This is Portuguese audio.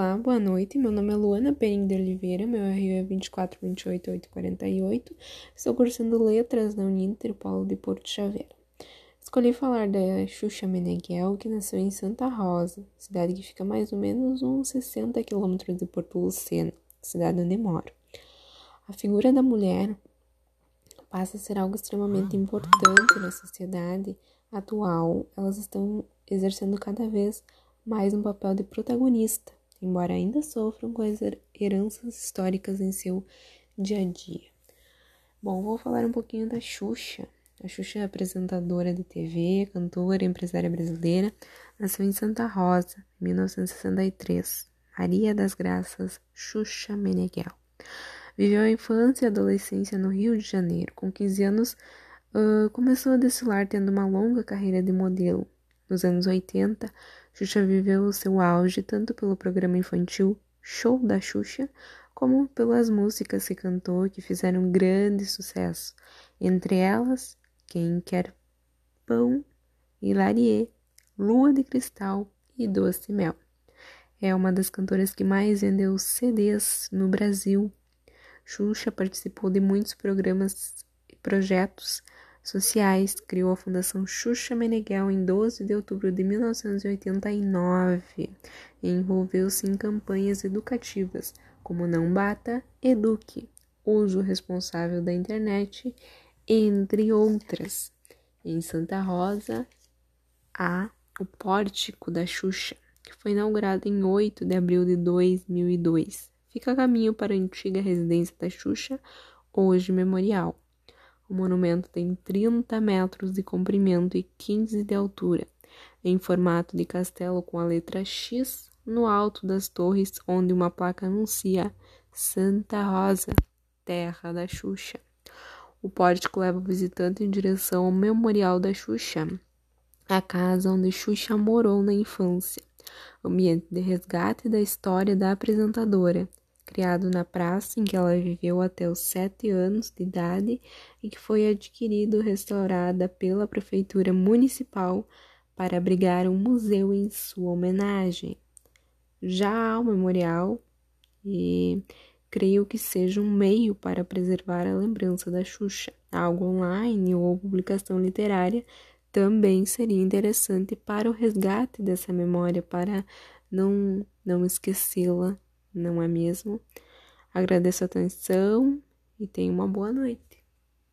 Olá, boa noite. Meu nome é Luana Perim de Oliveira, meu RU é 2428848. Estou cursando Letras na Uninter Polo de Porto Xavier. Escolhi falar da Xuxa Meneghel, que nasceu em Santa Rosa, cidade que fica mais ou menos uns 60 quilômetros de Porto Lucena, cidade onde moro. A figura da mulher passa a ser algo extremamente importante na sociedade atual. Elas estão exercendo cada vez mais um papel de protagonista, embora ainda sofram com as heranças históricas em seu dia a dia. Bom, vou falar um pouquinho da Xuxa. A Xuxa é apresentadora de TV, cantora e empresária brasileira. Nasceu em Santa Rosa, em 1963. Maria das Graças Xuxa Meneghel. Viveu a infância e a adolescência no Rio de Janeiro. Com 15 anos, começou a desfilar, tendo uma longa carreira de modelo. Nos anos 80, Xuxa viveu o seu auge tanto pelo programa infantil Show da Xuxa, como pelas músicas que cantou que fizeram grande sucesso. Entre elas, Quem Quer Pão, Hilarie, Lua de Cristal e Doce Mel. É uma das cantoras que mais vendeu CDs no Brasil. Xuxa participou de muitos programas e projetos sociais, criou a Fundação Xuxa Meneghel em 12 de outubro de 1989 e envolveu-se em campanhas educativas como Não Bata, Eduque, Uso Responsável da Internet, entre outras. Em Santa Rosa, há o Pórtico da Xuxa, que foi inaugurado em 8 de abril de 2002. Fica a caminho para a antiga residência da Xuxa, hoje memorial. O monumento tem 30 metros de comprimento e 15 de altura, em formato de castelo com a letra X no alto das torres, onde uma placa anuncia Santa Rosa, terra da Xuxa. O pórtico leva o visitante em direção ao Memorial da Xuxa, a casa onde Xuxa morou na infância, ambiente de resgate da história da apresentadora, criado na praça em que ela viveu até os 7 anos de idade e que foi adquirido e restaurada pela Prefeitura Municipal para abrigar um museu em sua homenagem. Já há o memorial e creio que seja um meio para preservar a lembrança da Xuxa. Algo online ou publicação literária também seria interessante para o resgate dessa memória, para não esquecê-la, não é mesmo? Agradeço a atenção e tenha uma boa noite.